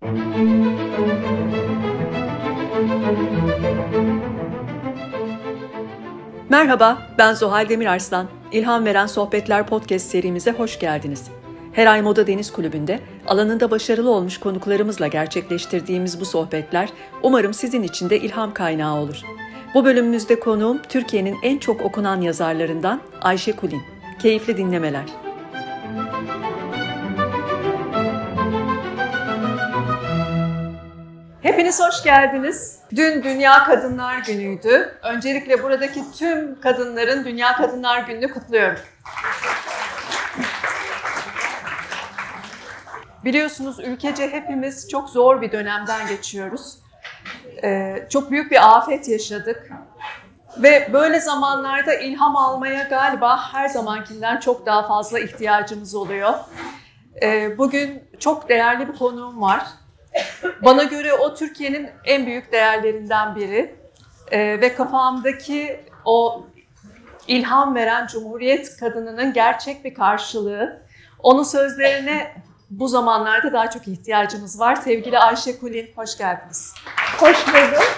Merhaba, ben Zuhal Demirarslan. İlham Veren Sohbetler podcast serimize hoş geldiniz. Her ay Moda Deniz Kulübü'nde alanında başarılı olmuş konuklarımızla gerçekleştirdiğimiz bu sohbetler umarım sizin için de ilham kaynağı olur. Bu bölümümüzde konuğum Türkiye'nin en çok okunan yazarlarından Ayşe Kulin. Keyifli dinlemeler. Hepiniz hoş geldiniz. Dün Dünya Kadınlar Günü'ydü. Öncelikle buradaki tüm kadınların Dünya Kadınlar Günü'nü kutluyorum. Biliyorsunuz ülkece hepimiz çok zor bir dönemden geçiyoruz. Çok büyük bir afet yaşadık. Ve böyle zamanlarda ilham almaya galiba her zamankinden çok daha fazla ihtiyacımız oluyor. Bugün çok değerli bir konuğum var. Bana göre o Türkiye'nin en büyük değerlerinden biri. Ve kafamdaki o ilham veren Cumhuriyet kadınının gerçek bir karşılığı. Onun sözlerine bu zamanlarda daha çok ihtiyacımız var. Sevgili Ayşe Kulin, hoş geldiniz. Hoş bulduk.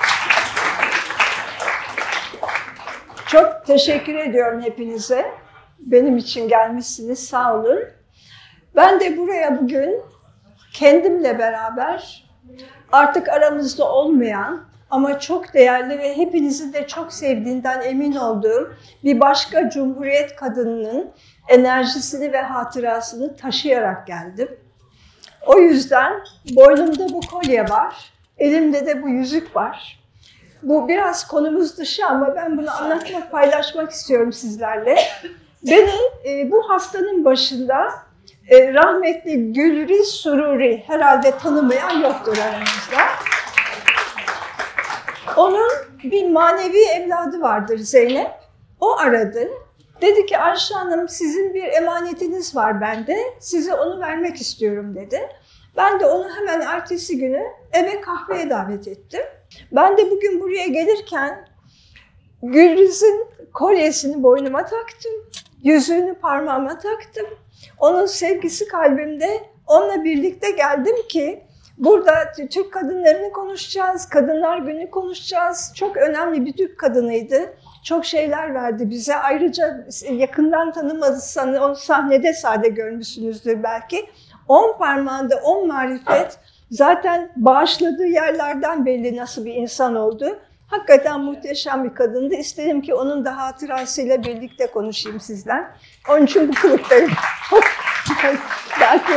Çok teşekkür ediyorum hepinize. Benim için gelmişsiniz, sağ olun. Ben de buraya bugün kendimle beraber artık aramızda olmayan ama çok değerli ve hepinizin de çok sevdiğinden emin olduğum bir başka Cumhuriyet kadınının enerjisini ve hatırasını taşıyarak geldim. O yüzden boynumda bu kolye var, elimde de bu yüzük var. Bu biraz konumuz dışı ama ben bunu anlatmak, paylaşmak istiyorum sizlerle. Beni bu haftanın başında rahmetli Gülriz Sururi herhalde tanımayan yoktur aramızda. Onun bir manevi evladı vardır Zeynep. O aradı. Dedi ki Ayşe Hanım sizin bir emanetiniz var bende. Size onu vermek istiyorum dedi. Ben de onu hemen ertesi günü eve kahveye davet ettim. Ben de bugün buraya gelirken Gülriz'in kolyesini boynuma taktım. Yüzüğünü parmağıma taktım. Onun sevgisi kalbimde. Onunla birlikte geldim ki burada Türk kadınlarını konuşacağız, Kadınlar Günü konuşacağız. Çok önemli bir Türk kadınıydı. Çok şeyler verdi bize. Ayrıca yakından tanımadıysanız onu sahnede sade görmüşsünüzdür belki. 10 parmağında 10 marifet. Zaten bağışladığı yerlerden belli nasıl bir insan oldu. Hakikaten muhteşem bir kadındı. İstedim ki onun da hatırasıyla birlikte konuşayım sizden. Onun için bu kılıktayım. Belki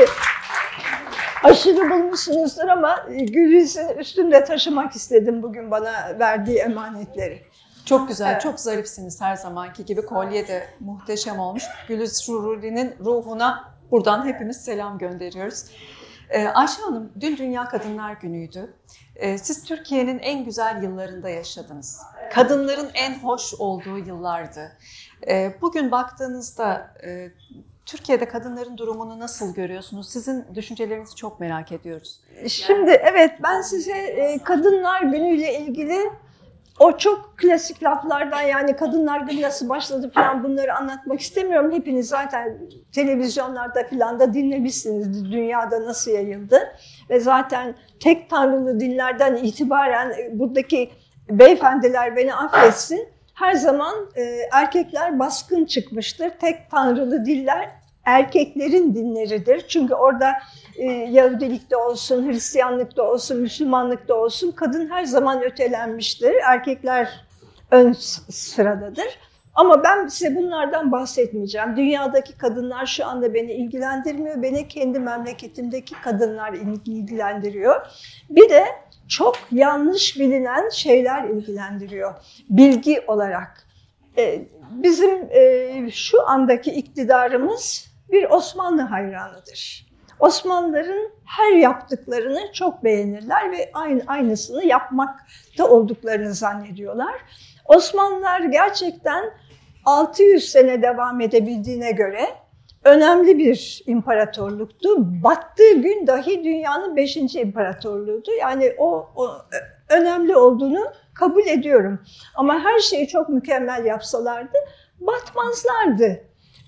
aşırı bulmuşsunuzdur ama Gülriz'in üstümde taşımak istedim bugün bana verdiği emanetleri. Çok güzel, evet. Çok zarifsiniz her zamanki gibi. Kolye de muhteşem olmuş. Gülriz Sururi'nin ruhuna buradan hepimiz selam gönderiyoruz. Ayşe Hanım, dün Dünya Kadınlar Günü'ydü. Siz Türkiye'nin en güzel yıllarında yaşadınız. Kadınların en hoş olduğu yıllardı. Bugün baktığınızda Türkiye'de kadınların durumunu nasıl görüyorsunuz? Sizin düşüncelerinizi çok merak ediyoruz. Şimdi evet ben size Kadınlar Günü ile ilgili o çok klasik laflardan yani Kadınlar Günü nasıl başladı falan bunları anlatmak istemiyorum. Hepiniz zaten televizyonlarda falan da dinlemişsiniz dünyada nasıl yayıldı. Ve zaten tek tanrılı dinlerden itibaren buradaki beyefendiler beni affetsin. Her zaman erkekler baskın çıkmıştır. Tek tanrılı diller erkeklerin dinleridir. Çünkü orada Yahudilikte olsun, Hristiyanlıkta olsun, Müslümanlıkta olsun kadın her zaman ötelenmiştir. Erkekler ön sıradadır. Ama ben size bunlardan bahsetmeyeceğim. Dünyadaki kadınlar şu anda beni ilgilendirmiyor. Beni kendi memleketimdeki kadınlar ilgilendiriyor. Bir de çok yanlış bilinen şeyler ilgilendiriyor bilgi olarak. Bizim şu andaki iktidarımız bir Osmanlı hayranıdır. Osmanlıların her yaptıklarını çok beğenirler ve aynısını yapmakta olduklarını zannediyorlar. Osmanlılar gerçekten 600 sene devam edebildiğine göre önemli bir imparatorluktu. Battığı gün dahi dünyanın 5. imparatorluğuydu. Yani o önemli olduğunu kabul ediyorum. Ama her şeyi çok mükemmel yapsalardı batmazlardı.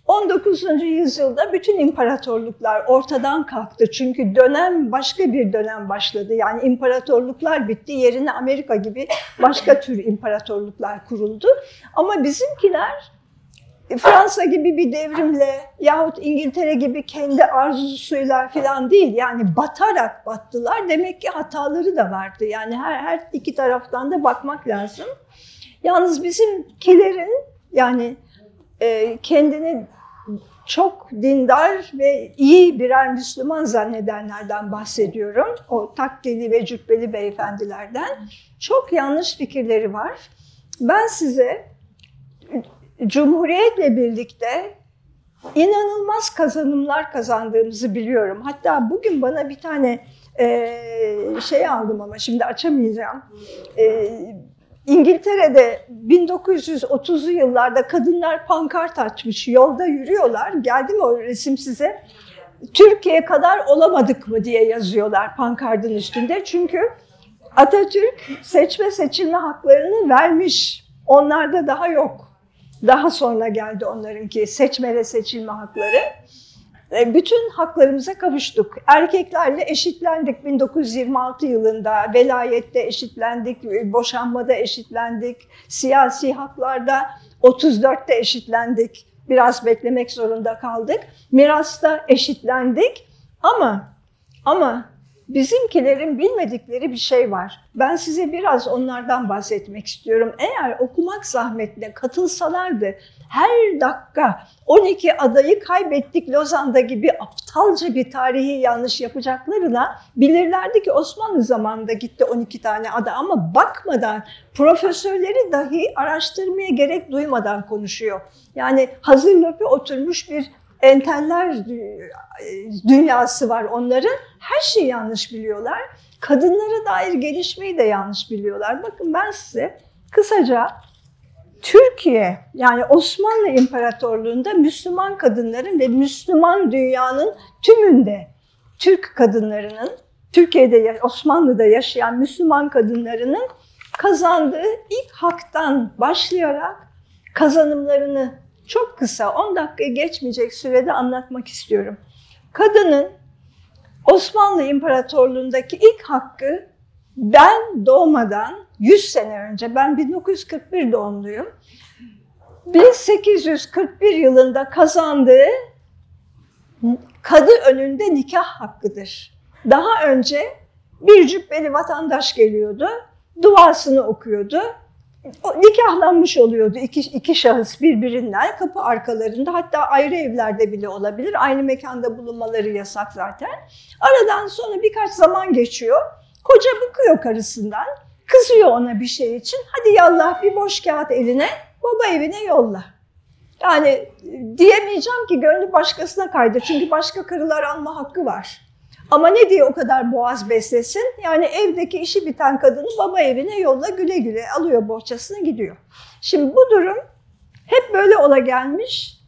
19. yüzyılda bütün imparatorluklar ortadan kalktı. Çünkü dönem başka bir dönem başladı. Yani imparatorluklar bitti. Yerine Amerika gibi başka tür imparatorluklar kuruldu. Ama bizimkiler Fransa gibi bir devrimle yahut İngiltere gibi kendi arzusuyla falan değil. Yani batarak battılar. Demek ki hataları da vardı. Yani her iki taraftan da bakmak lazım. Yalnız bizimkilerin yani kendini çok dindar ve iyi birer Müslüman zannedenlerden bahsediyorum. O takkeli ve cübbeli beyefendilerden. Çok yanlış fikirleri var. Ben size Cumhuriyetle birlikte inanılmaz kazanımlar kazandığımızı biliyorum. Hatta bugün bana bir tane şey aldım ama şimdi açamayacağım. İngiltere'de 1930'lu yıllarda kadınlar pankart açmış, yolda yürüyorlar. Geldi mi o resim size? Türkiye kadar olamadık mı diye yazıyorlar pankartın üstünde. Çünkü Atatürk seçme seçilme haklarını vermiş. Onlarda daha yok. Daha sonra geldi onlarınki seçme ve seçilme hakları. Bütün haklarımıza kavuştuk. Erkeklerle eşitlendik 1926 yılında. Velayette eşitlendik, boşanmada eşitlendik, siyasi haklarda 34'te eşitlendik. Biraz beklemek zorunda kaldık. Mirasta eşitlendik ama bizimkilerin bilmedikleri bir şey var. Ben size biraz onlardan bahsetmek istiyorum. Eğer okumak zahmetine katılsalardı her dakika 12 adayı kaybettik Lozan'da gibi aptalca bir tarihi yanlış yapacaklarına bilirlerdi ki Osmanlı zamanında gitti 12 tane ada ama bakmadan profesörleri dahi araştırmaya gerek duymadan konuşuyor. Yani hazır löpü oturmuş bir enteller dünyası var onların. Her şeyi yanlış biliyorlar. Kadınlara dair gelişmeyi de yanlış biliyorlar. Bakın ben size kısaca Türkiye yani Osmanlı İmparatorluğu'nda Müslüman kadınların ve Müslüman dünyanın tümünde Türk kadınlarının, Türkiye'de Osmanlı'da yaşayan Müslüman kadınlarının kazandığı ilk haktan başlayarak kazanımlarını çok kısa 10 dakika geçmeyecek sürede anlatmak istiyorum. Kadının Osmanlı İmparatorluğu'ndaki ilk hakkı ben doğmadan 100 sene önce, ben 1941 doğumluyum, 1841 yılında kazandığı kadı önünde nikah hakkıdır. Daha önce bir cübbeli vatandaş geliyordu, duasını okuyordu. O nikahlanmış oluyordu iki şahıs birbirinden kapı arkalarında, hatta ayrı evlerde bile olabilir. Aynı mekanda bulunmaları yasak zaten. Aradan sonra birkaç zaman geçiyor. Koca bıkıyor karısından. Kızıyor ona bir şey için. Hadi yallah bir boş kağıt eline, baba evine yolla. Yani diyemeyeceğim ki gönlü başkasına kaydı. Çünkü başka karılar alma hakkı var. Ama ne diye o kadar boğaz beslesin? Yani evdeki işi biten kadını baba evine yolla, güle güle alıyor bohçasını gidiyor. Şimdi bu durum hep böyle ola gelmiş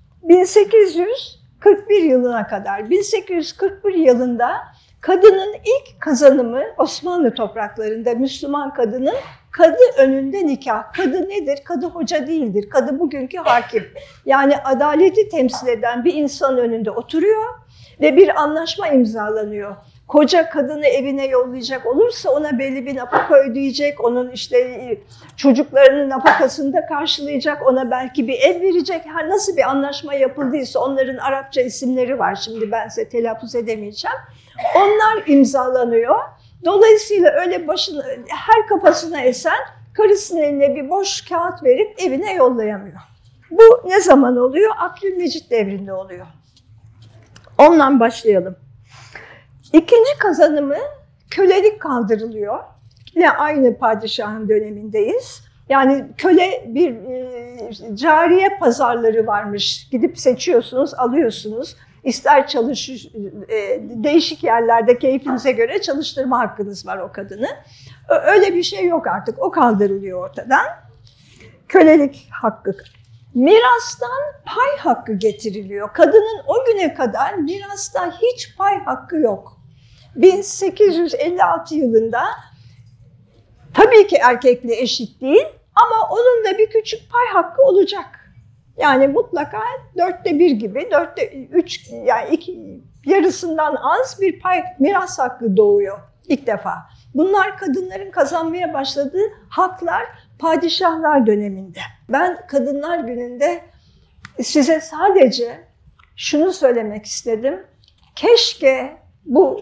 1841 yılına kadar. 1841 yılında kadının ilk kazanımı Osmanlı topraklarında Müslüman kadının kadı önünde nikah. Kadı nedir? Kadı hoca değildir. Kadı bugünkü hakim. Yani adaleti temsil eden bir insanın önünde oturuyor ve bir anlaşma imzalanıyor. Koca kadını evine yollayacak olursa ona belli bir nafaka ödeyecek, onun işte çocuklarının nafakasını da karşılayacak, ona belki bir ev verecek. Her nasıl bir anlaşma yapıldıysa onların Arapça isimleri var, şimdi ben size telaffuz edemeyeceğim. Onlar imzalanıyor. Dolayısıyla öyle başını, her kafasına esen karısının eline bir boş kağıt verip evine yollayamıyor. Bu ne zaman oluyor? Abdülmecit devrinde oluyor. Ondan başlayalım. İkinci kazanımı kölelik kaldırılıyor. Yine aynı padişahın dönemindeyiz. Yani köle bir cariye pazarları varmış. Gidip seçiyorsunuz, alıyorsunuz. İster değişik yerlerde keyfinize göre çalıştırma hakkınız var o kadını. Öyle bir şey yok artık. O kaldırılıyor ortadan. Kölelik hakkı. Mirastan pay hakkı getiriliyor. Kadının o güne kadar mirasta hiç pay hakkı yok. 1856 yılında tabii ki erkekle eşit değil ama onun da bir küçük pay hakkı olacak. Yani mutlaka 1/4 gibi, 3, yani yarısından az bir pay, miras hakkı doğuyor ilk defa. Bunlar kadınların kazanmaya başladığı haklar padişahlar döneminde. Ben Kadınlar Günü'nde size sadece şunu söylemek istedim. Keşke bu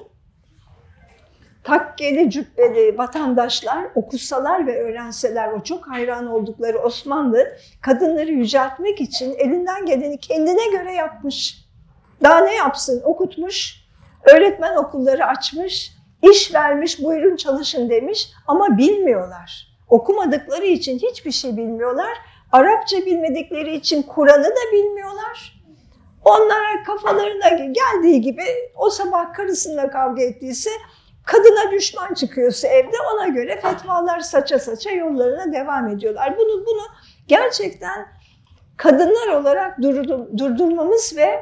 takkeli cübbeli vatandaşlar okusalar ve öğrenseler, o çok hayran oldukları Osmanlı kadınları yüceltmek için elinden geleni kendine göre yapmış. Daha ne yapsın? Okutmuş, öğretmen okulları açmış, iş vermiş, buyurun çalışın demiş ama bilmiyorlar. Okumadıkları için hiçbir şey bilmiyorlar. Arapça bilmedikleri için Kur'an'ı da bilmiyorlar. Onlara kafalarına geldiği gibi o sabah karısıyla kavga ettiyse, kadına düşman çıkıyorsa evde ona göre fetvalar saça saça yollarına devam ediyorlar. Bunu gerçekten kadınlar olarak durdurmamız ve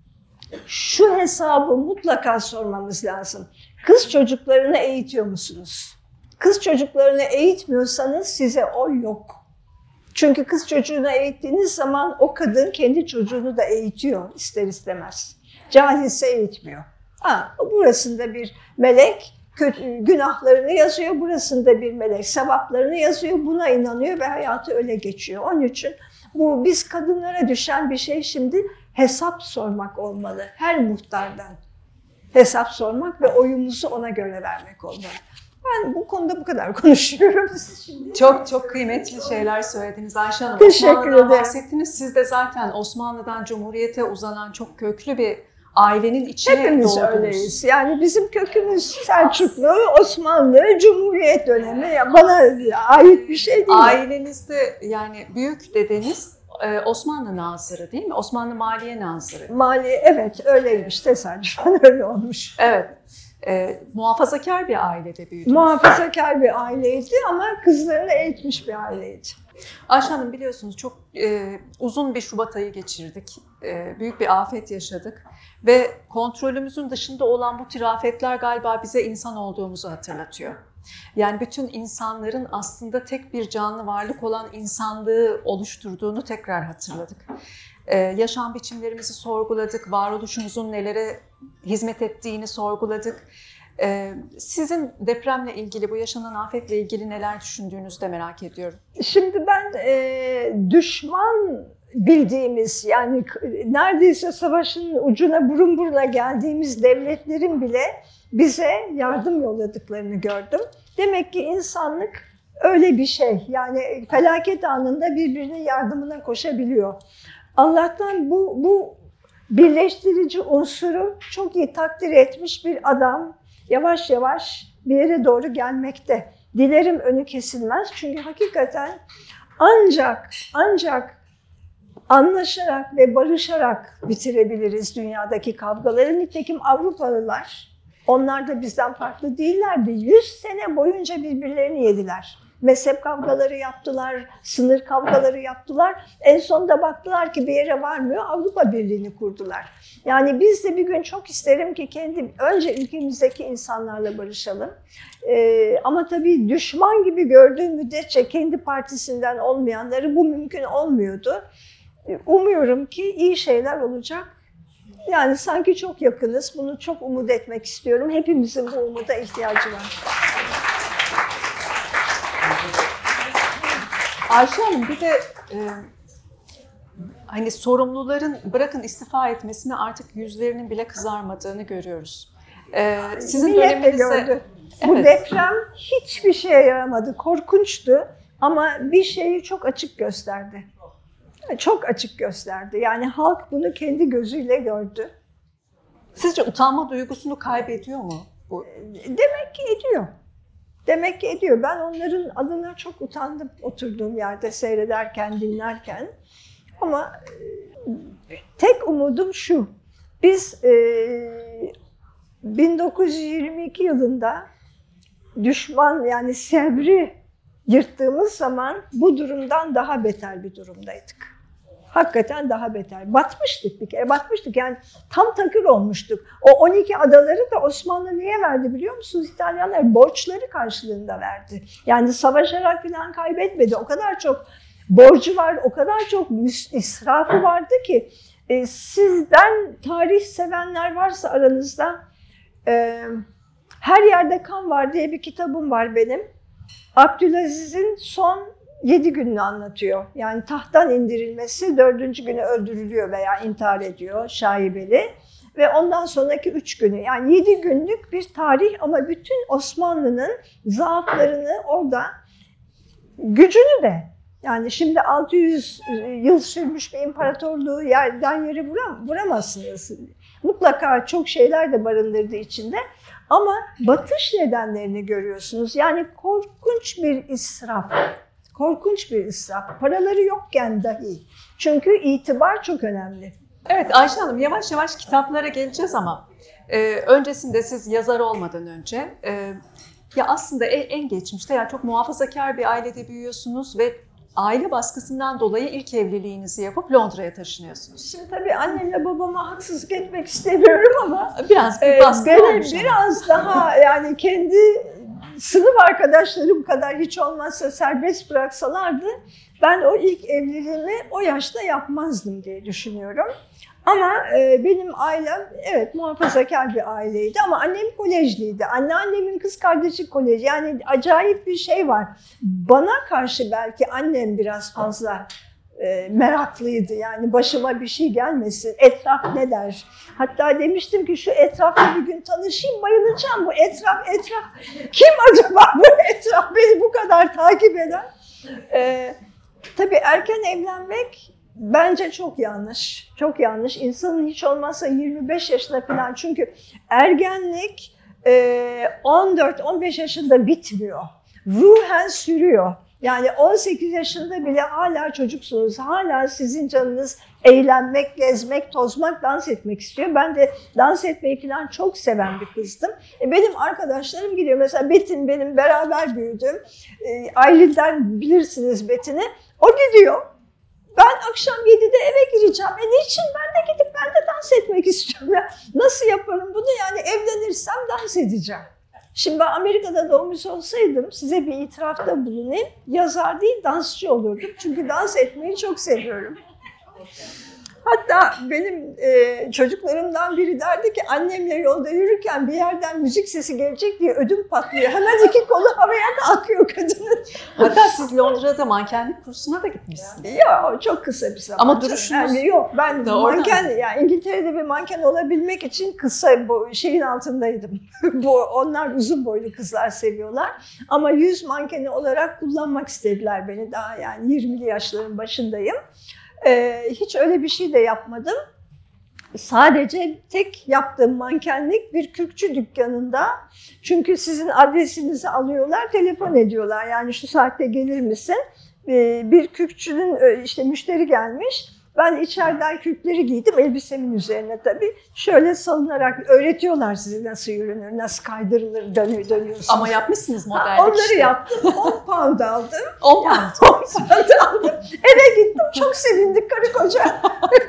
şu hesabı mutlaka sormamız lazım. Kız çocuklarını eğitiyor musunuz? Kız çocuklarını eğitmiyorsanız size oy yok. Çünkü kız çocuğunu eğittiğiniz zaman o kadın kendi çocuğunu da eğitiyor ister istemez. Cahilse eğitmiyor. Burasında bir melek günahlarını yazıyor, burasında bir melek sevaplarını yazıyor, buna inanıyor ve hayatı öyle geçiyor. Onun için bu biz kadınlara düşen bir şey şimdi hesap sormak olmalı. Her muhtardan hesap sormak ve oyumuzu ona göre vermek olmalı. Ben bu konuda bu kadar konuşuyorum şimdi. Çok kıymetli şeyler söylediniz Ayşe Hanım. Teşekkür Osmanlı'dan ederim. bahsettiniz. Siz de zaten Osmanlı'dan Cumhuriyet'e uzanan çok köklü bir ailenin içine Hepimiz doğdunuz. öyleyiz. Yani bizim kökümüz Selçuklu, Osmanlı, Cumhuriyet dönemi. Ya bana ait bir şey değil. Ailenizde yani büyük dedeniz Osmanlı nazırı değil mi? Osmanlı Maliye Nazırı. Evet öyleymiş, tesadüfen öyle olmuş. Evet. Muhafazakar bir ailede büyüdünüz. Muhafazakar bir aileydi ama kızlarını eğitmiş bir aileydi. Ayşe Hanım biliyorsunuz çok uzun bir Şubat ayı geçirdik. Büyük bir afet yaşadık. Ve kontrolümüzün dışında olan bu tür afetler galiba bize insan olduğumuzu hatırlatıyor. Yani bütün insanların aslında tek bir canlı varlık olan insanlığı oluşturduğunu tekrar hatırladık. Yaşam biçimlerimizi sorguladık, varoluşumuzun nelere hizmet ettiğini sorguladık. Sizin depremle ilgili, bu yaşanan afetle ilgili neler düşündüğünüzü de merak ediyorum. Şimdi ben düşman bildiğimiz, yani neredeyse savaşın ucuna burun buruna geldiğimiz devletlerin bile bize yardım yolladıklarını gördüm. Demek ki insanlık öyle bir şey, yani felaket anında birbirinin yardımına koşabiliyor. Allah'tan bu birleştirici unsuru çok iyi takdir etmiş bir adam yavaş yavaş bir yere doğru gelmekte. Dilerim önü kesilmez çünkü hakikaten ancak anlaşarak ve barışarak bitirebiliriz dünyadaki kavgaları. Nitekim Avrupalılar, onlar da bizden farklı değillerdi. 100 sene boyunca birbirlerini yediler. Mezhep kavgaları yaptılar, sınır kavgaları yaptılar. En sonunda baktılar ki bir yere varmıyor, Avrupa Birliği'ni kurdular. Yani biz de bir gün çok isterim ki önce ülkemizdeki insanlarla barışalım. Ama tabii düşman gibi gördüğü müddetçe kendi partisinden olmayanları bu mümkün olmuyordu. Umuyorum ki iyi şeyler olacak. Yani sanki çok yakınız, bunu çok umut etmek istiyorum. Hepimizin bu umuda ihtiyacı var. Ayşe Hanım bir de hani sorumluların bırakın istifa etmesini artık yüzlerinin bile kızarmadığını görüyoruz. Sizin döneminizde bu deprem hiçbir şeye yaramadı. Korkunçtu ama bir şeyi çok açık gösterdi. Çok açık gösterdi. Yani halk bunu kendi gözüyle gördü. Sizce utanma duygusunu kaybediyor mu bu? Demek ki ediyor. Demek ki ediyor. Ben onların adına çok utandım oturduğum yerde seyrederken, dinlerken. Ama tek umudum şu. Biz 1922 yılında düşman yani Sevr'i yırttığımız zaman bu durumdan daha beter bir durumdaydık. Hakikaten daha beter. Batmıştık bir kere, batmıştık yani tam takır olmuştuk. O 12 adaları da Osmanlı niye verdi biliyor musunuz? İtalyanlar borçları karşılığında verdi. Yani savaşarak falan kaybetmedi. O kadar çok borcu var, o kadar çok israfı vardı ki sizden tarih sevenler varsa aranızda, Her Yerde Kan Var diye bir kitabım var benim. Abdülaziz'in son 7 gününü anlatıyor. Yani tahttan indirilmesi, 4. günü öldürülüyor veya intihar ediyor şaibeli. Ve ondan sonraki 3 günü, yani 7 günlük bir tarih ama bütün Osmanlı'nın zaaflarını orada, gücünü de, yani şimdi 600 yıl sürmüş bir imparatorluğu yerden yere vuramazsınız. Mutlaka çok şeyler de barındırdı içinde. Ama batış nedenlerini görüyorsunuz. Yani korkunç bir israf. Korkunç bir israf. Paraları yokken dahi. Çünkü itibar çok önemli. Evet Ayşe Hanım, yavaş yavaş kitaplara geleceğiz ama öncesinde siz yazar olmadan önce ya aslında en geçmişte yani çok muhafazakar bir ailede büyüyorsunuz ve aile baskısından dolayı ilk evliliğinizi yapıp Londra'ya taşınıyorsunuz. Şimdi tabii annemle babama haksızlık etmek istemiyorum ama biraz bir baskı olmuş ama. Biraz daha yani kendi sınıf arkadaşlarım kadar hiç olmazsa serbest bıraksalardı ben o ilk evliliğimi o yaşta yapmazdım diye düşünüyorum. Ama benim ailem evet muhafazakar bir aileydi ama annem kolejliydi. Anneannemin kız kardeşi kolej. Yani acayip bir şey var. Bana karşı belki annem biraz fazla meraklıydı. Yani başıma bir şey gelmesin. Etraf ne der? Hatta demiştim ki şu etrafla bir gün tanışayım, bayılacağım. Bu etraf. Kim acaba bu etraf beni bu kadar takip eden? Tabii erken evlenmek bence çok yanlış. Çok yanlış. İnsanın hiç olmazsa 25 yaşında falan. Çünkü ergenlik 14-15 yaşında bitmiyor. Ruhen sürüyor. Yani 18 yaşında bile hala çocuksunuz. Hala sizin canınız eğlenmek, gezmek, tozmak, dans etmek istiyor. Ben de dans etmeyi falan çok seven bir kızdım. Benim arkadaşlarım gidiyor. Mesela Betin benim beraber büyüdüm. Aylin'den bilirsiniz Betin'i. O gidiyor. Ben akşam 7'de eve gireceğim. Niçin? Ben de gidip ben de dans etmek istiyorum. Ya. Nasıl yaparım bunu? Yani evlenirsem dans edeceğim. Şimdi ben Amerika'da doğmuş olsaydım size bir itirafta bulunayım. Yazar değil dansçı olurdum. Çünkü dans etmeyi çok seviyorum. Hatta benim çocuklarımdan biri derdi ki annemle yolda yürürken bir yerden müzik sesi gelecek diye ödüm patlıyor. Hemen iki kolu havaya kalkıyor kadının. Hatta siz Londra'da mankenlik kursuna da gitmişsiniz. Ya çok kısa bir zaman. Ama duruşunuz... Yani yok ben manken, yani İngiltere'de bir manken olabilmek için kısa bu şeyin altındaydım. Onlar uzun boylu kızlar seviyorlar. Ama yüz mankeni olarak kullanmak istediler beni. Daha yani 20'li yaşların başındayım. Hiç öyle bir şey de yapmadım. Sadece tek yaptığım mankenlik bir kürkçü dükkanında. Çünkü sizin adresinizi alıyorlar, telefon ediyorlar. Yani şu saatte gelir misin? Bir kürkçünün işte müşteri gelmiş. Ben içeriden kürkleri giydim elbisemin üzerine tabii. Şöyle salınarak öğretiyorlar size nasıl yürünür, nasıl kaydırılır, dönüyorsunuz. Ama yapmışsınız modellik onları işte. yaptım, 10 pound aldım. 10 pound. 10 pound aldım. Eve gittim, çok sevindik karı koca.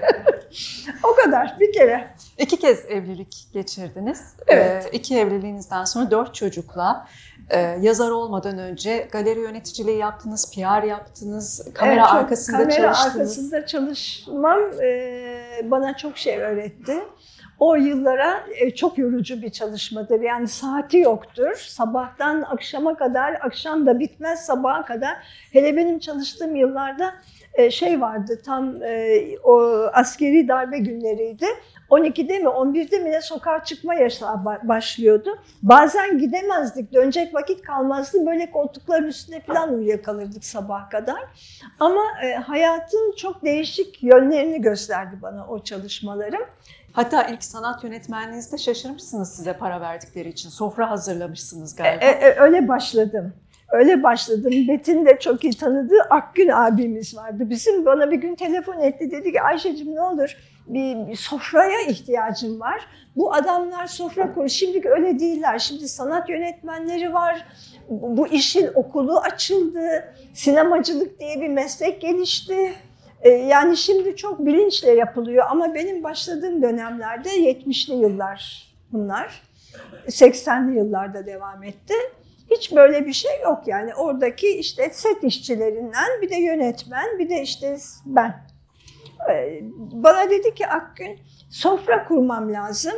O kadar, bir kere. 2 kez evlilik geçirdiniz. Evet. 2 evliliğinizden sonra 4 çocukla yazar olmadan önce galeri yöneticiliği yaptınız, PR yaptınız, kamera arkasında çalıştınız. Kamera arkasında çalışmam bana çok şey öğretti. O yıllara çok yorucu bir çalışmadır. Yani saati yoktur. Sabahtan akşama kadar, akşam da bitmez sabaha kadar. Hele benim çalıştığım yıllarda şey vardı, tam o askeri darbe günleriydi. 12'de mi 11'de mi ne sokağa çıkma yaşı başlıyordu. Bazen gidemezdik, dönecek vakit kalmazdı. Böyle koltukların üstüne falan uyuyakalırdık sabaha kadar. Ama hayatın çok değişik yönlerini gösterdi bana o çalışmalarım. Hatta ilk sanat yönetmenliğinizde şaşırmışsınız size para verdikleri için. Sofra hazırlamışsınız galiba. Öyle başladım. Öyle başladım. Betin de çok iyi tanıdığı Akgün abimiz vardı. Bizim bana bir gün telefon etti. Dedi ki Ayşe'cim ne olur bir sofraya ihtiyacım var. Bu adamlar sofra kuruyor. Şimdi öyle değiller. Şimdi sanat yönetmenleri var. Bu işin okulu açıldı. Sinemacılık diye bir meslek gelişti. Yani şimdi çok bilinçle yapılıyor. Ama benim başladığım dönemlerde 70'li yıllar bunlar. 80'li yıllarda devam etti. Hiç böyle bir şey yok yani. Oradaki işte set işçilerinden bir de yönetmen, bir de işte ben. Bana dedi ki Akgün, sofra kurmam lazım.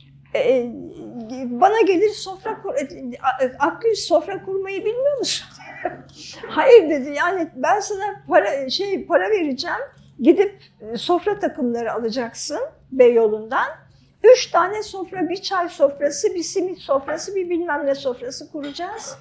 Bana gelir Akgün sofra kurmayı bilmiyor musun? Hayır dedi, yani ben sana para vereceğim. Gidip sofra takımları alacaksın Beyoğlu'ndan. 3 tane sofra, bir çay sofrası, bir simit sofrası, bir bilmem ne sofrası kuracağız.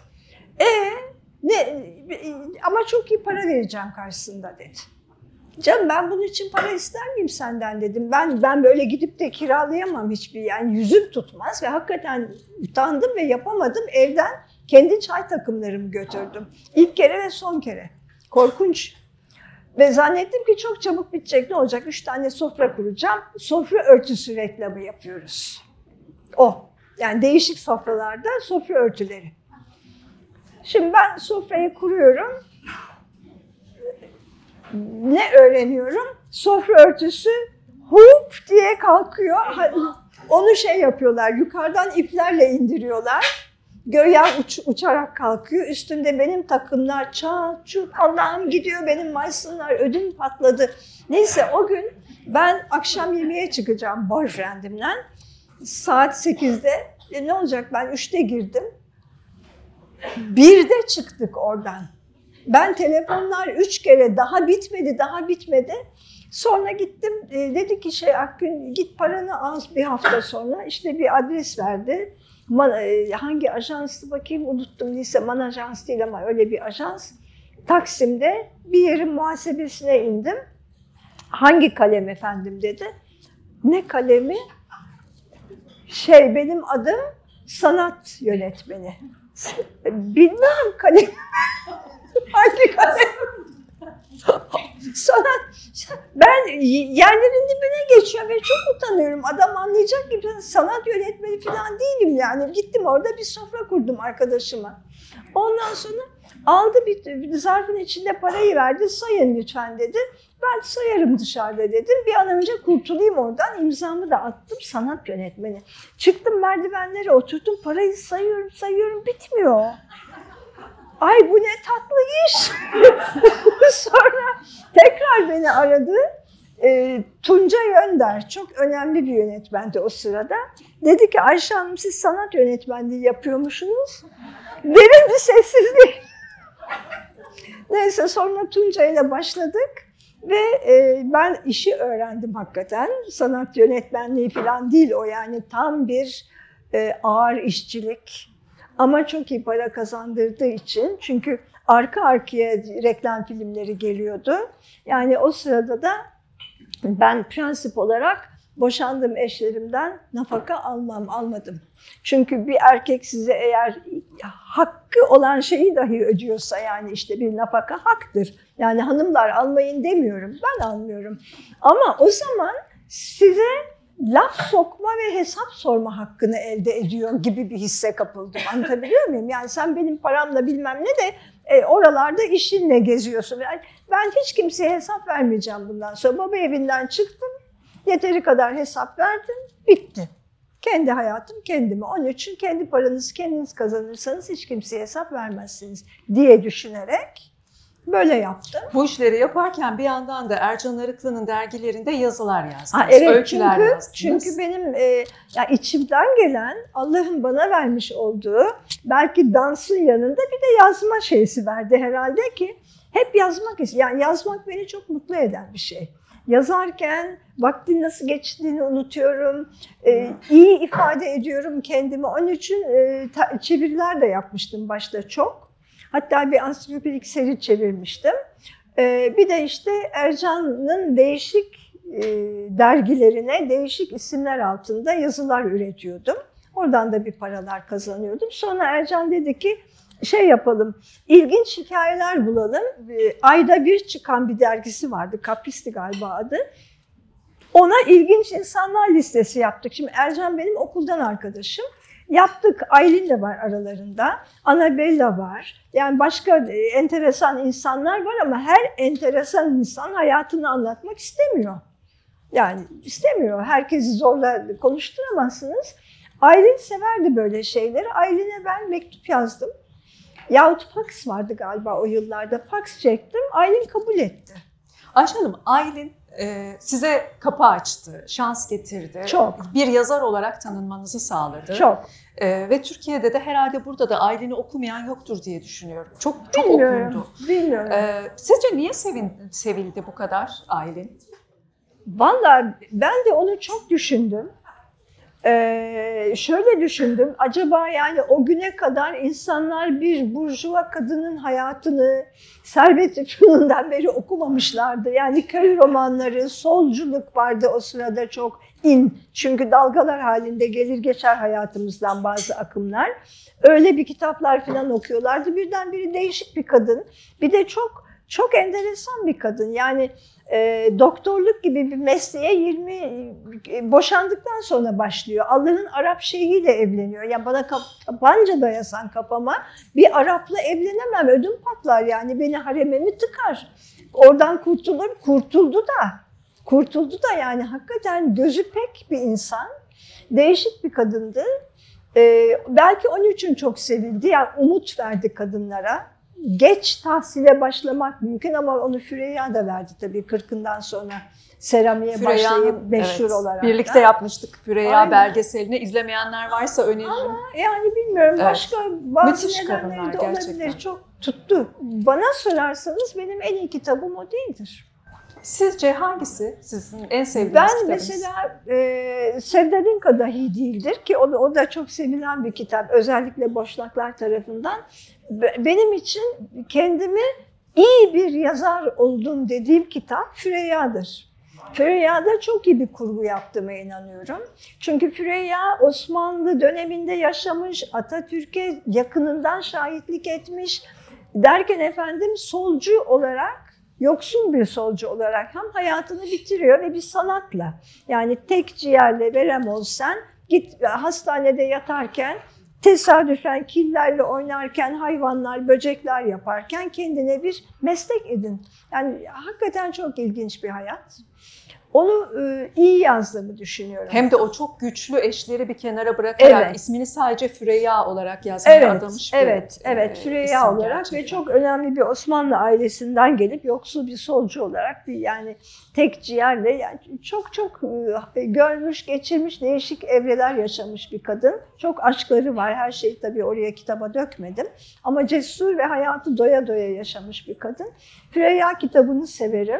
Ama çok iyi para vereceğim karşısında dedi. Canım ben bunun için para ister miyim senden dedim. Ben böyle gidip de kiralayamam hiçbir, yani yüzüm tutmaz ve hakikaten utandım ve yapamadım. Evden kendi çay takımlarımı götürdüm. İlk kere ve son kere. Korkunç. Ve zannettim ki çok çabuk bitecek, ne olacak? 3 tane sofra kuracağım. Sofra örtüsü reklamı yapıyoruz. Yani değişik sofralarda sofra örtüleri. Şimdi ben sofrayı kuruyorum. Ne öğreniyorum? Sofra örtüsü hup diye kalkıyor. Onu yapıyorlar, yukarıdan iplerle indiriyorlar. Göğe uçarak kalkıyor. Üstümde benim takımlar çat çut, Allah'ım gidiyor benim maysunlar, ödüm patladı. Neyse o gün ben akşam yemeğe çıkacağım boyfriendimle. Saat 8'de. Ne olacak, ben 3'te girdim. 1'de çıktık oradan. Ben telefonlar 3 kere daha bitmedi. Sonra gittim, dedi ki Akgün git paranı al bir hafta sonra. İşte bir adres verdi. Hangi ajanstı bakayım unuttum, neyse Man Ajans değil ama öyle bir ajans. Taksim'de bir yerin muhasebesine indim. Hangi kalem efendim dedi. Ne kalemi? Benim adım sanat yönetmeni. Bilmiyorum kalem. Hangi kalem? Sanat. Ben yerlerin dibine geçiyorum ve çok utanıyorum. Adam anlayacak gibi, sanat yönetmeni falan değilim yani. Gittim orada bir sofra kurdum arkadaşıma. Ondan sonra aldı bir zarfın içinde parayı verdi. Sayın lütfen dedi. Ben sayarım dışarıda dedim. Bir an önce kurtulayım oradan. İmzamı da attım, sanat yönetmeni. Çıktım merdivenlere oturdum. Parayı sayıyorum bitmiyor. Ay bu ne tatlı iş. Sonra tekrar beni aradı. Tunca Yönder, çok önemli bir yönetmendi o sırada. Dedi ki Ayşe Hanım siz sanat yönetmenliği yapıyormuşsunuz. Derin bir sessizlik. Neyse sonra Tunca ile başladık. Ve ben işi öğrendim hakikaten. Sanat yönetmenliği falan değil o, yani tam bir ağır işçilik. Ama çok iyi para kazandırdığı için, çünkü arka arkaya reklam filmleri geliyordu. Yani o sırada da ben prensip olarak boşandığım eşlerimden nafaka almadım. Çünkü bir erkek size eğer hakkı olan şeyi dahi ödüyorsa, yani işte bir nafaka haktır. Yani hanımlar almayın demiyorum, ben almıyorum. Ama o zaman size laf sokma ve hesap sorma hakkını elde ediyor gibi bir hisse kapıldım. Anlatabiliyor muyum? Yani sen benim paramla bilmem ne de oralarda işinle geziyorsun. Ben hiç kimseye hesap vermeyeceğim bundan sonra. Baba evinden çıktım, yeteri kadar hesap verdim, bitti. Kendi hayatım kendime. Onun için kendi paranızı kendiniz kazanırsanız hiç kimseye hesap vermezsiniz diye düşünerek böyle yaptım. Bu işleri yaparken bir yandan da Ercan Arıklı'nın dergilerinde yazılar yazdınız, evet, öyküler yazdınız. Çünkü benim içimden gelen, Allah'ın bana vermiş olduğu, belki dansın yanında bir de yazma şeysi verdi herhalde ki hep yazmak istiyorum. Yani yazmak beni çok mutlu eden bir şey. Yazarken vaktin nasıl geçtiğini unutuyorum, iyi ifade ediyorum kendimi. Onun için çeviriler de yapmıştım başta çok. Hatta bir ansiklopedik seri çevirmiştim. Bir de işte Ercan'ın değişik dergilerine değişik isimler altında yazılar üretiyordum. Oradan da bir paralar kazanıyordum. Sonra Ercan dedi ki yapalım, ilginç hikayeler bulalım. Ayda bir çıkan bir dergisi vardı, Kapristi galiba adı. Ona ilginç insanlar listesi yaptık. Şimdi Ercan benim okuldan arkadaşım. Yaptık, Aylin de var aralarında, Annabella var. Yani başka enteresan insanlar var ama her enteresan insan hayatını anlatmak istemiyor. Yani istemiyor, herkesi zorla konuşturamazsınız. Aylin severdi böyle şeyleri. Aylin'e ben mektup yazdım. Yahut fax vardı galiba o yıllarda. Fax çektim. Aylin kabul etti. Ayşe Hanım, Aylin size kapı açtı, şans getirdi. Çok. Bir yazar olarak tanınmanızı sağladı. Çok. Ve Türkiye'de de herhalde burada da Aylin'i okumayan yoktur diye düşünüyorum. Çok Bilmiyorum. okundu. Bilmiyorum. Sizce niye sevildi bu kadar Aylin? Vallahi ben de onu çok düşündüm. Şöyle düşündüm, acaba yani o güne kadar insanlar bir burjuva kadının hayatını Servet-i Fünun'dan beri okumamışlardı. Yani köy romanları, solculuk vardı o sırada çok in. Çünkü dalgalar halinde gelir geçer hayatımızdan bazı akımlar. Öyle bir kitaplar falan okuyorlardı. Birdenbire değişik bir kadın. Bir de çok enteresan bir kadın. Yani doktorluk gibi bir mesleğe 20 boşandıktan sonra başlıyor. Allah'ın Arap şeyhiyle evleniyor. Yani bana tabanca dayasan kafama bir Arap'la evlenemem. Ödüm patlar yani beni haremime tıkar. Oradan kurtulur. Kurtuldu da yani hakikaten gözü pek bir insan. Değişik bir kadındı. Belki onun için çok sevildi. Yani umut verdi kadınlara. Geç tahsile başlamak mümkün ama onu Füreyya da verdi tabii 40'ından sonra seramiğe başlayıp meşhur olarak. Birlikte da yapmıştık Füreyya Aynen. belgeselini. İzlemeyenler varsa öneririm. Ama yani bilmiyorum Evet. başka bazı Müthiş nedenleri kadınlar de gerçekten. olabilir. Çok tuttu. Bana sorarsanız benim en iyi kitabım o değildir. Sizce hangisi sizin en sevdiğiniz Ben kitabınız? mesela Sevdalinka dahi değildir ki o da çok sevilen bir kitap. Özellikle Boşnaklar tarafından. Benim için kendimi iyi bir yazar oldum dediğim kitap Füreyya'dır. Füreyya'da çok iyi bir kurgu yaptığıma inanıyorum. Çünkü Füreyya Osmanlı döneminde yaşamış, Atatürk'e yakınından şahitlik etmiş. Derken efendim solcu olarak, yoksul bir solcu olarak hem hayatını bitiriyor ve bir sanatla. Yani tek ciğerle verem olsan git hastanede yatarken tesadüfen killerle oynarken, hayvanlar, böcekler yaparken kendine bir meslek edin. Yani hakikaten çok ilginç bir hayat. Onu iyi yazdığımı düşünüyorum. Hem de o çok güçlü eşleri bir kenara bırakarak Evet. ismini sadece Füreyya olarak yazmaya adamış bir Evet, Füreyya isim olarak gerçekten. ve çok önemli bir Osmanlı ailesinden gelip yoksul bir solcu olarak bir yani tek ciğerle yani çok görmüş, geçirmiş, değişik evreler yaşamış bir kadın. Çok aşkları var. Her şeyi tabii oraya kitaba dökmedim. Ama cesur ve hayatı doya doya yaşamış bir kadın. Füreyya kitabını severim.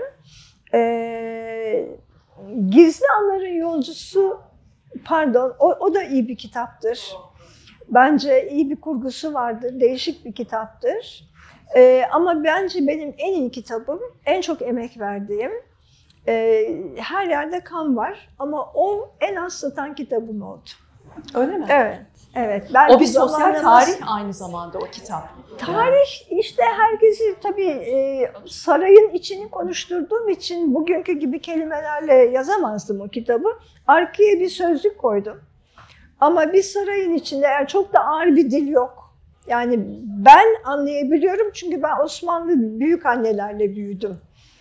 Gizli Anların Yolcusu, pardon, o da iyi bir kitaptır. Bence iyi bir kurgusu vardır, değişik bir kitaptır. Ama bence benim en iyi kitabım, en çok emek verdiğim, her yerde kan var ama o en az satan kitabım oldu. Öyle mi? Evet. O bir sosyal tarih aynı zamanda o kitap. Tarih işte herkesi tabii sarayın içini konuşturduğum için bugünkü gibi kelimelerle yazamazdım o kitabı. Arkaya bir sözlük koydum. Ama bir sarayın içinde yani çok da ağır bir dil yok. Yani ben anlayabiliyorum çünkü ben Osmanlı büyük annelerle büyüdüm.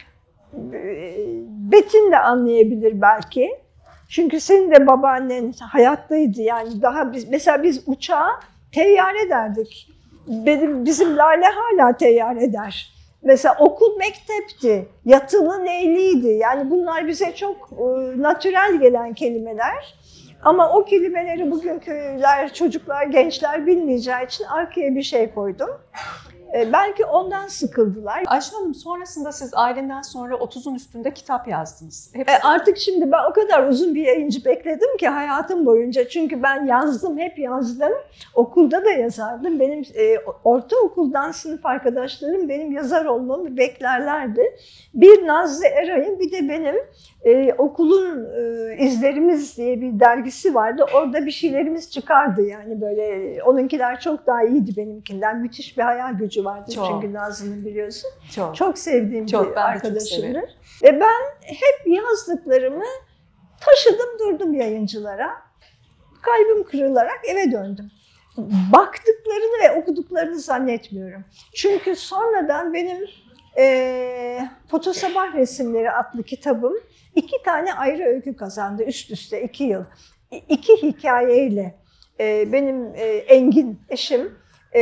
Betin de anlayabilir belki. Çünkü senin de babaannen hayattaydı yani daha mesela biz uçağa teyyare derdik. Bizim Lale hala teyyare der. Mesela okul mektepti, yatılı neyliydi. Yani bunlar bize çok natürel gelen kelimeler. Ama o kelimeleri bugünküler, çocuklar, gençler bilmeyeceği için arkaya bir şey koydum. Belki ondan sıkıldılar. Ayşe Hanım sonrasında siz Aylin'den sonra 30'un üstünde kitap yazdınız. Artık şimdi ben o kadar uzun bir yayıncı bekledim ki hayatım boyunca. Çünkü ben yazdım, hep yazdım. Okulda da yazardım. Benim ortaokuldan sınıf arkadaşlarım benim yazar olmamı beklerlerdi. Bir Nazlı Eray'ın bir de benim okulun İzlerimiz diye bir dergisi vardı. Orada bir şeylerimiz çıkardı yani böyle. Onunkiler çok daha iyiydi benimkinden. Müthiş bir hayal gücü vardı Çok. çünkü Nazlı'nın biliyorsun. Çok. Çok sevdiğim Çok, bir ben de çok arkadaşımdır. severim. Ve ben hep yazdıklarımı taşıdım durdum yayıncılara. Kalbim kırılarak eve döndüm. Baktıklarını ve okuduklarını zannetmiyorum. Çünkü sonradan benim Foto Sabah Resimleri adlı kitabım 2 tane ayrı öykü kazandı üst üste 2 yıl. 2 hikayeyle. Benim Engin eşim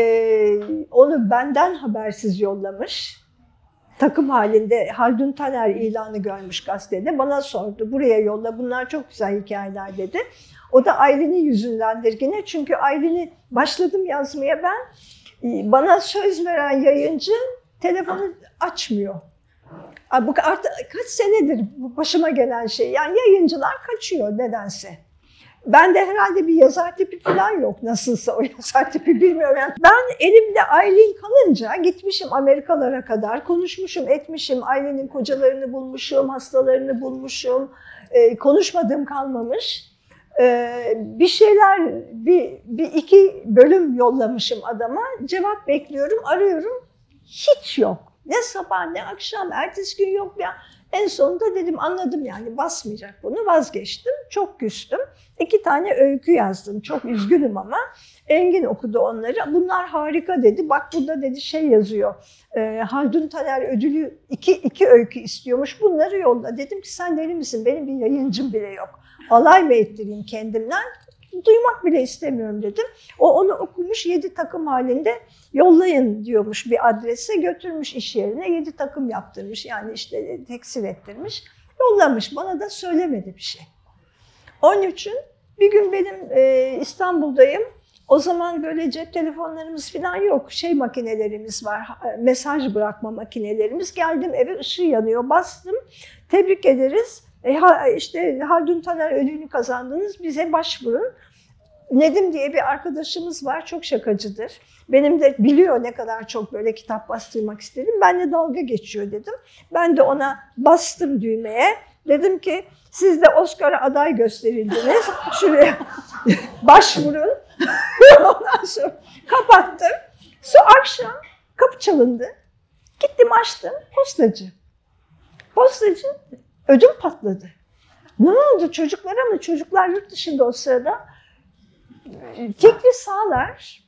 onu benden habersiz yollamış. Takım halinde Haldun Taner ilanı görmüş gazetede. Bana sordu, buraya yolla, bunlar çok güzel hikayeler dedi. O da Aylin'in yüzündendir yine. Çünkü Aylin'i başladım yazmaya ben. Bana söz veren yayıncı telefonu açmıyor. Bu artık kaç senedir bu başıma gelen şey. Yani yayıncılar kaçıyor nedense. Ben de herhalde bir yazar tipi falan yok. Nasılsa o yazar tipi bilmiyorum. Yani ben elimde Aylin kalınca gitmişim Amerikalara kadar. Konuşmuşum, etmişim. Aylin'in kocalarını bulmuşum, hastalarını bulmuşum. Konuşmadığım kalmamış. Bir şeyler, bir iki bölüm yollamışım adama. Cevap bekliyorum, arıyorum. Hiç yok. Ne sabah ne akşam, ertesi gün yok ya. En sonunda dedim anladım yani basmayacak bunu, vazgeçtim. Çok küstüm. 2 tane öykü yazdım. Çok üzgünüm ama. Engin okudu onları. Bunlar harika dedi. Bak burada dedi şey yazıyor. Haldun Taner ödülü 2 öykü istiyormuş. Bunları yolla. Dedim ki sen deli misin? Benim bir yayıncım bile yok. Alay mı ettireyim kendimden? Duymak bile istemiyorum dedim. O onu okumuş 7 takım halinde yollayın diyormuş bir adrese, götürmüş iş yerine 7 takım yaptırmış. Yani işte tekstil ettirmiş. Yollamış. Bana da söylemedi bir şey. Onun için bir gün benim İstanbul'dayım. O zaman böyle cep telefonlarımız falan yok. Şey makinelerimiz var, mesaj bırakma makinelerimiz. Geldim eve, ışığı yanıyor, bastım. Tebrik ederiz. İşte Haldun Taner ödülünü kazandınız, bize başvurun. Nedim diye bir arkadaşımız var, çok şakacıdır. Benim de biliyor ne kadar çok böyle kitap bastırmak istedim. Benle dalga geçiyor dedim. Ben de ona bastım düğmeye. Dedim ki siz de Oscar'a aday gösterildiniz. Şuraya başvurun. Ondan sonra kapattım. Sonra akşam kapı çalındı. Gittim açtım, postacı. Postacı ödüm patladı. Ne oldu çocuklara mı? Çocuklar yurt dışında o sırada. Fikri Sağlar,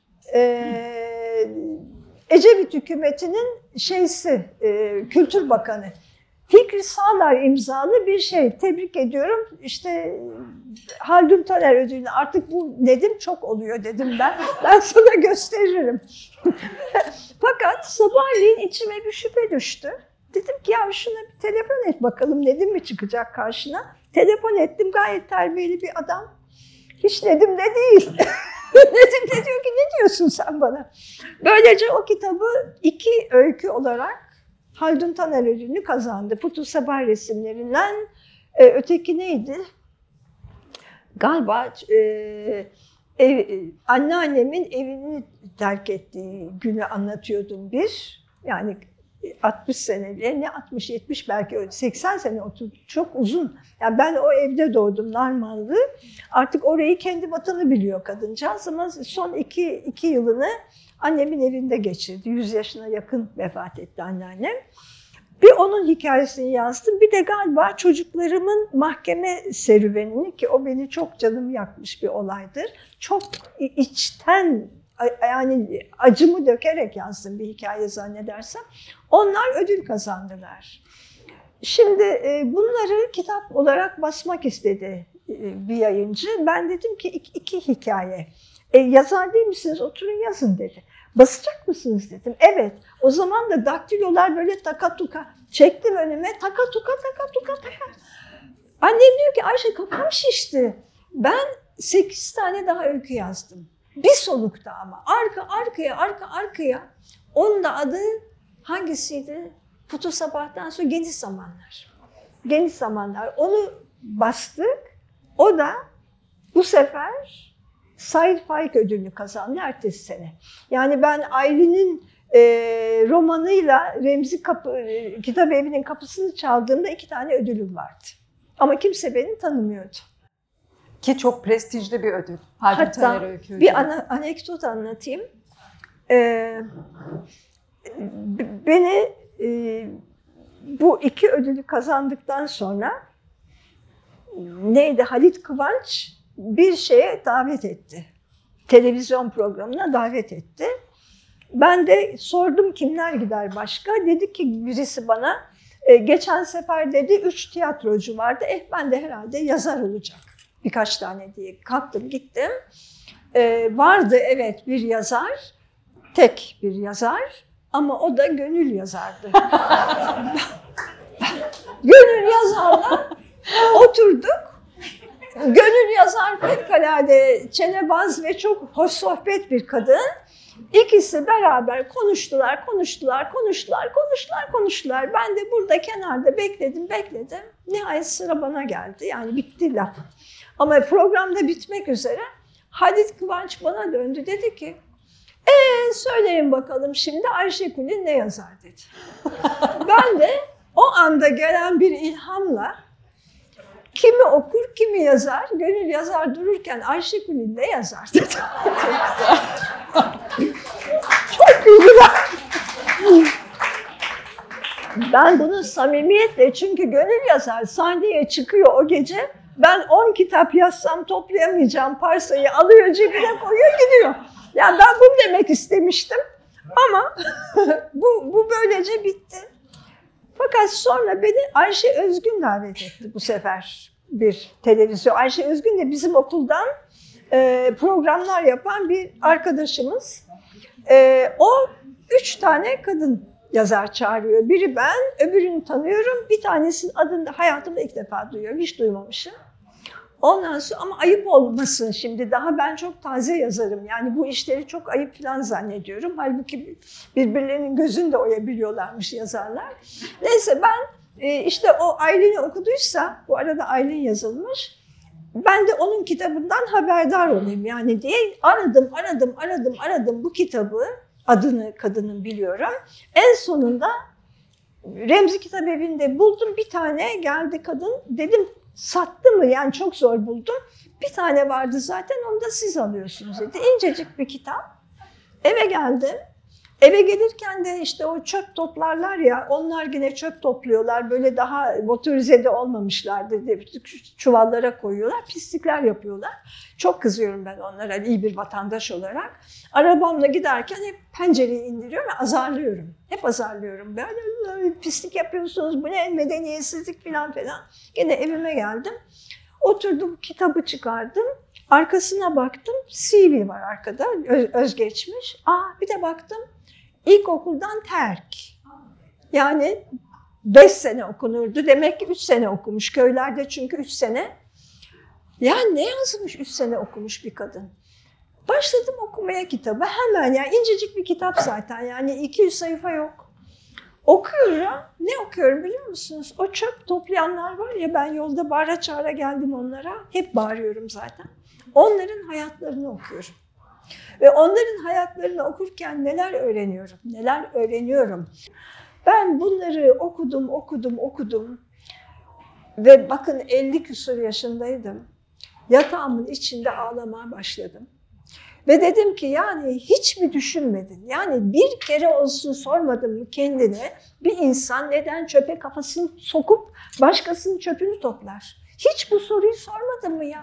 Ecevit hükümetinin Kültür Bakanı. Fikri Sağlar imzalı bir şey. Tebrik ediyorum. İşte Haldun Taner ödülünü artık bu Nedim çok oluyor dedim ben. Ben sana gösteririm. Fakat sabahleyin içime bir şüphe düştü. Dedim ki ya şuna bir telefon et bakalım Nedim mi çıkacak karşına. Telefon ettim, gayet terbiyeli bir adam. Hiç Nedim de değil. Nedim de diyor ki ne diyorsun sen bana? Böylece o kitabı 2 öykü olarak Haldun Taner ödülünü kazandı. Putu Sabah resimlerinden. Öteki neydi? Galiba anneannemin evini terk ettiği günü anlatıyordum bir. Yani 60 sene, ne 60-70 belki 80 sene oturdu. Çok uzun. Yani ben o evde doğdum, Narmanlı. Artık orayı kendi vatanı biliyor kadıncağız ama son 2 yılını annemin evinde geçirdi. 100 yaşına yakın vefat etti anneannem. Bir onun hikayesini yazdım. Bir de galiba çocuklarımın mahkeme serüvenini, ki o beni çok canımı yakmış bir olaydır. Çok içten, yani acımı dökerek yazdım bir hikaye zannedersem. Onlar ödül kazandılar. Şimdi bunları kitap olarak basmak istedi bir yayıncı. Ben dedim ki 2 hikaye. Yazar değil misiniz? Oturun yazın dedi. Basacak mısınız dedim. Evet. O zaman da daktilolar böyle taka tuka. Çektim önüme. Taka tuka. Annem diyor ki Ayşe kafam şişti. Ben 8 tane daha öykü yazdım. Bir solukta ama. Arkaya. Onun da adı hangisiydi? Putu Sabah'tan sonra Geniş Zamanlar. Geniş Zamanlar. Onu bastık. O da bu sefer Said Faik ödülünü kazandı ertesi sene. Yani ben Aylin'in romanıyla Remzi Kitap Evi'nin kapısını çaldığımda 2 tane ödülüm vardı. Ama kimse beni tanımıyordu. Ki çok prestijli bir ödül. Haldun Taner öykü ödülü. Bir anekdot anlatayım. Beni bu 2 ödülü kazandıktan sonra Halit Kıvanç bir şeye davet etti. Televizyon programına davet etti. Ben de sordum kimler gider başka. Dedi ki birisi bana geçen sefer dedi 3 tiyatrocu vardı. Ben de herhalde yazar olacak birkaç tane diye kalktım gittim. Vardı evet bir yazar, tek bir yazar ama o da Gönül yazardı. Gönül yazarla oturduk. Gönül yazar fevkalade çenebaz ve çok hoş sohbet bir kadın. İkisi beraber konuştular. Ben de burada kenarda bekledim. Nihayet sıra bana geldi. Yani bitti laf. Ama program da bitmek üzere. Halit Kıvanç bana döndü. Dedi ki, söyleyin bakalım şimdi Ayşe Kulin ne yazar dedi. Ben de o anda gelen bir ilhamla kimi okur, kimi yazar. Gönül yazar dururken Ayşe Kulin ne yazar dedi. Çok güzel. Ben bunu samimiyetle, çünkü Gönül yazar sahneye çıkıyor o gece. Ben 10 kitap yazsam toplayamayacağım parsayı alıyor cebine koyuyor gidiyor. Yani ben bunu demek istemiştim ama bu böylece bitti. Fakat sonra beni Ayşe Özgün davet etti bu sefer bir televizyon. Ayşe Özgün de bizim okuldan programlar yapan bir arkadaşımız. O 3 tane kadın yazar çağırıyor. Biri ben, öbürünü tanıyorum. Bir tanesinin adını hayatımda ilk defa duyuyorum. Hiç duymamışım. Ondan sonra ama ayıp olmasın şimdi. Daha ben çok taze yazarım. Yani bu işleri çok ayıp falan zannediyorum. Halbuki birbirlerinin gözünü de oyabiliyorlarmış yazarlar. Neyse ben işte o Aylin'i okuduysa, bu arada Aylin yazılmış. Ben de onun kitabından haberdar olayım yani diye aradım bu kitabı. Adını kadının biliyorum. En sonunda Remzi Kitabevi'nde buldum bir tane, geldi kadın. Dedim sattı mı? Yani çok zor buldum. Bir tane vardı zaten, onu da siz alıyorsunuz dedi. İncecik bir kitap. Eve geldim. Eve gelirken de işte o çöp toplarlar ya, onlar yine çöp topluyorlar. Böyle daha motorize de olmamışlardı. Çuvallara koyuyorlar, pislikler yapıyorlar. Çok kızıyorum ben onlara iyi bir vatandaş olarak. Arabamla giderken hep pencereyi indiriyorum ve azarlıyorum. Hep azarlıyorum. Böyle pislik yapıyorsunuz, bu ne medeniyetsizlik falan. Yine evime geldim. Oturdum, kitabı çıkardım. Arkasına baktım, CV var arkada, özgeçmiş. Bir de baktım, İlkokuldan terk. Yani 5 sene okunurdu. Demek ki 3 sene okumuş. Köylerde çünkü 3 sene. Yani ne yazmış 3 sene okumuş bir kadın? Başladım okumaya kitabı. Hemen yani incecik bir kitap zaten. Yani 200 sayfa yok. Okuyorum. Ne okuyorum biliyor musunuz? O çöp toplayanlar var ya, ben yolda bağıra çağıra geldim onlara. Hep bağırıyorum zaten. Onların hayatlarını okuyorum. Ve onların hayatlarını okurken neler öğreniyorum. Ben bunları okudum. Ve bakın 50 küsur yaşındaydım. Yatağımın içinde ağlamaya başladım. Ve dedim ki yani hiç mi düşünmedin? Yani bir kere olsun sormadın mı kendine, bir insan neden çöpe kafasını sokup başkasının çöpünü toplar? Hiç bu soruyu sormadın mı ya?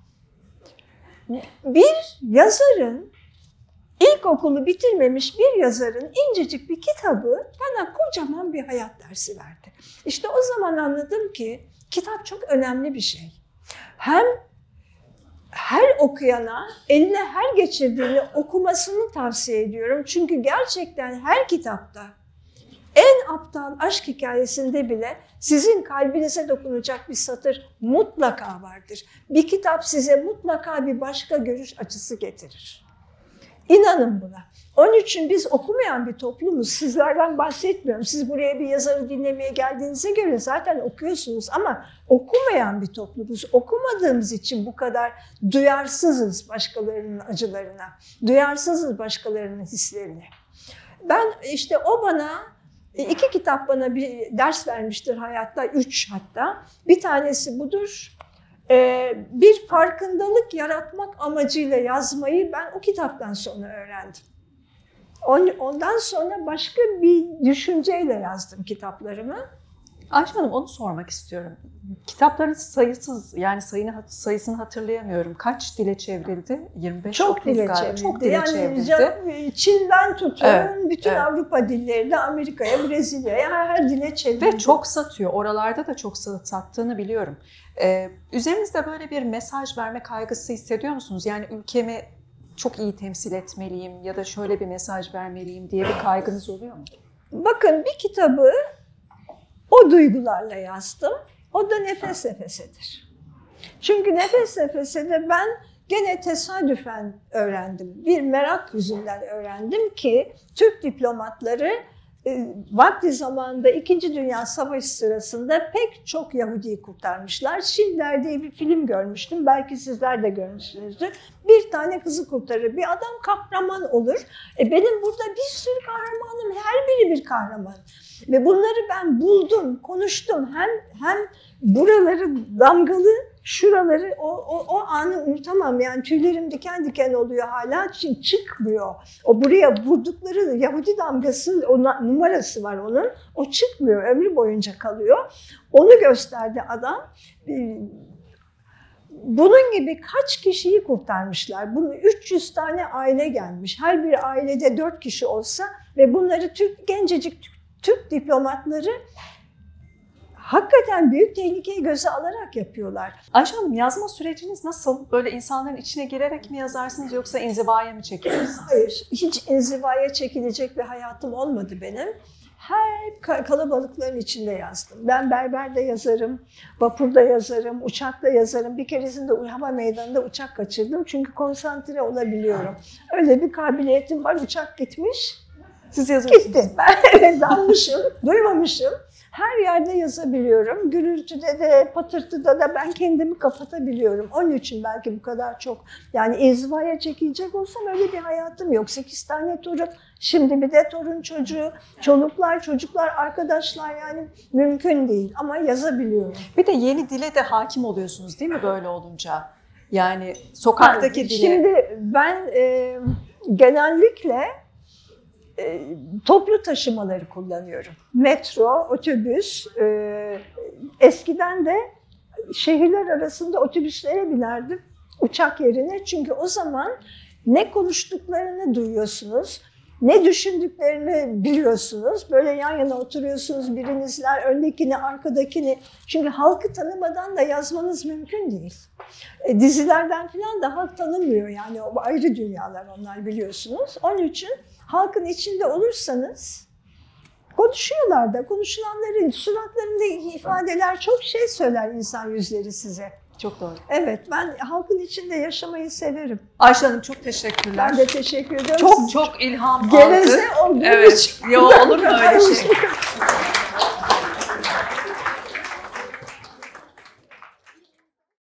Bir yazarın, İlkokulu bitirmemiş bir yazarın incecik bir kitabı bana kocaman bir hayat dersi verdi. İşte o zaman anladım ki kitap çok önemli bir şey. Hem her okuyana eline her geçirdiğini okumasını tavsiye ediyorum. Çünkü gerçekten her kitapta, en aptal aşk hikayesinde bile sizin kalbinize dokunacak bir satır mutlaka vardır. Bir kitap size mutlaka bir başka görüş açısı getirir. İnanın buna. Onun için biz okumayan bir toplumuz. Sizlerden bahsetmiyorum. Siz buraya bir yazarı dinlemeye geldiğinize göre zaten okuyorsunuz ama okumayan bir toplumuz. Okumadığımız için bu kadar duyarsızız başkalarının acılarına, duyarsızız başkalarının hislerine. Ben işte o bana 2 kitap bana bir ders vermiştir hayatta, 3 hatta. Bir tanesi budur. Bir farkındalık yaratmak amacıyla yazmayı ben o kitaptan sonra öğrendim. Ondan sonra başka bir düşünceyle yazdım kitaplarımı. Ayşe Hanım, onu sormak istiyorum. Kitapların sayısız, yani sayısını hatırlayamıyorum. Kaç dile çevrildi? 25 çok dile galiba. çevrildi. Çok dile çevrildi. Yani Çin'den tutun, evet, bütün evet. Avrupa dillerine, Amerika'ya, Brezilya'ya her dile çevrildi. Ve çok satıyor. Oralarda da çok sattığını biliyorum. Üzerinizde böyle bir mesaj verme kaygısı hissediyor musunuz? Yani ülkemi çok iyi temsil etmeliyim ya da şöyle bir mesaj vermeliyim diye bir kaygınız oluyor mu? Bakın bir kitabı o duygularla yazdım. O da Nefes Nefese'dir. Çünkü Nefes Nefese'de ben gene tesadüfen öğrendim. Bir merak yüzünden öğrendim ki Türk diplomatları vakti zamanında 2. Dünya Savaşı sırasında pek çok Yahudi'yi kurtarmışlar. Schindler diye bir film görmüştüm. Belki sizler de görmüşsünüzdür. Bir tane kızı kurtarır. Bir adam kahraman olur. Benim burada bir sürü kahramanım. Her biri bir kahraman. Ve bunları ben buldum, konuştum. Hem buraları damgalı, şuraları o anı unutamam. Yani tüylerim diken diken oluyor hala. Çünkü çıkmıyor. O buraya vurdukları Yahudi damgası, o numarası var onun. O çıkmıyor. Ömrü boyunca kalıyor. Onu gösterdi adam. Bunun gibi kaç kişiyi kurtarmışlar? Bunun 300 tane aile gelmiş. Her bir ailede 4 kişi olsa ve bunları gencecik Türk diplomatları hakikaten büyük tehlikeyi göze alarak yapıyorlar. Ayşe Hanım, yazma süreciniz nasıl? Böyle insanların içine girerek mi yazarsınız yoksa inzivaya mı çekilirsiniz? Hayır, hiç inzivaya çekilecek bir hayatım olmadı benim. Hep kalabalıkların içinde yazdım. Ben berberde yazarım, vapurda yazarım, uçakta yazarım. Bir keresinde hava meydanında uçak kaçırdım çünkü konsantre olabiliyorum. Öyle bir kabiliyetim var, uçak gitmiş. Siz yazıyorsunuz. Gitti. Ben dalmışım, duymamışım. Her yerde yazabiliyorum. Gürültüde de, patırtıda da ben kendimi kapatabiliyorum. Onun için belki bu kadar çok. Yani inzivaya çekilecek olsam öyle bir hayatım yok. 8 tane torun, şimdi bir de torun çocuğu, çocuklar, arkadaşlar, yani mümkün değil. Ama yazabiliyorum. Bir de yeni dile de hakim oluyorsunuz değil mi böyle olunca? Yani sokaktaki dile. Şimdi ben genellikle toplu taşımaları kullanıyorum. Metro, otobüs. Eskiden de şehirler arasında otobüslere binerdim uçak yerine. Çünkü o zaman ne konuştuklarını duyuyorsunuz, ne düşündüklerini biliyorsunuz. Böyle yan yana oturuyorsunuz, birinizler öndekini, arkadakini. Çünkü halkı tanımadan da yazmanız mümkün değil. Dizilerden falan da halk tanımıyor. Yani o ayrı dünyalar onlar, biliyorsunuz. Onun için halkın içinde olursanız konuşuyorlar da, konuşulanların suratlarında ifadeler çok şey söyler insan yüzleri size. Çok doğru. Evet, ben halkın içinde yaşamayı severim. Ayşe Hanım, çok teşekkürler. Ben de teşekkür ediyorum. Çok ilham aldık. Geveze olduğum Evet. için. Yo, olur mu öyle şey?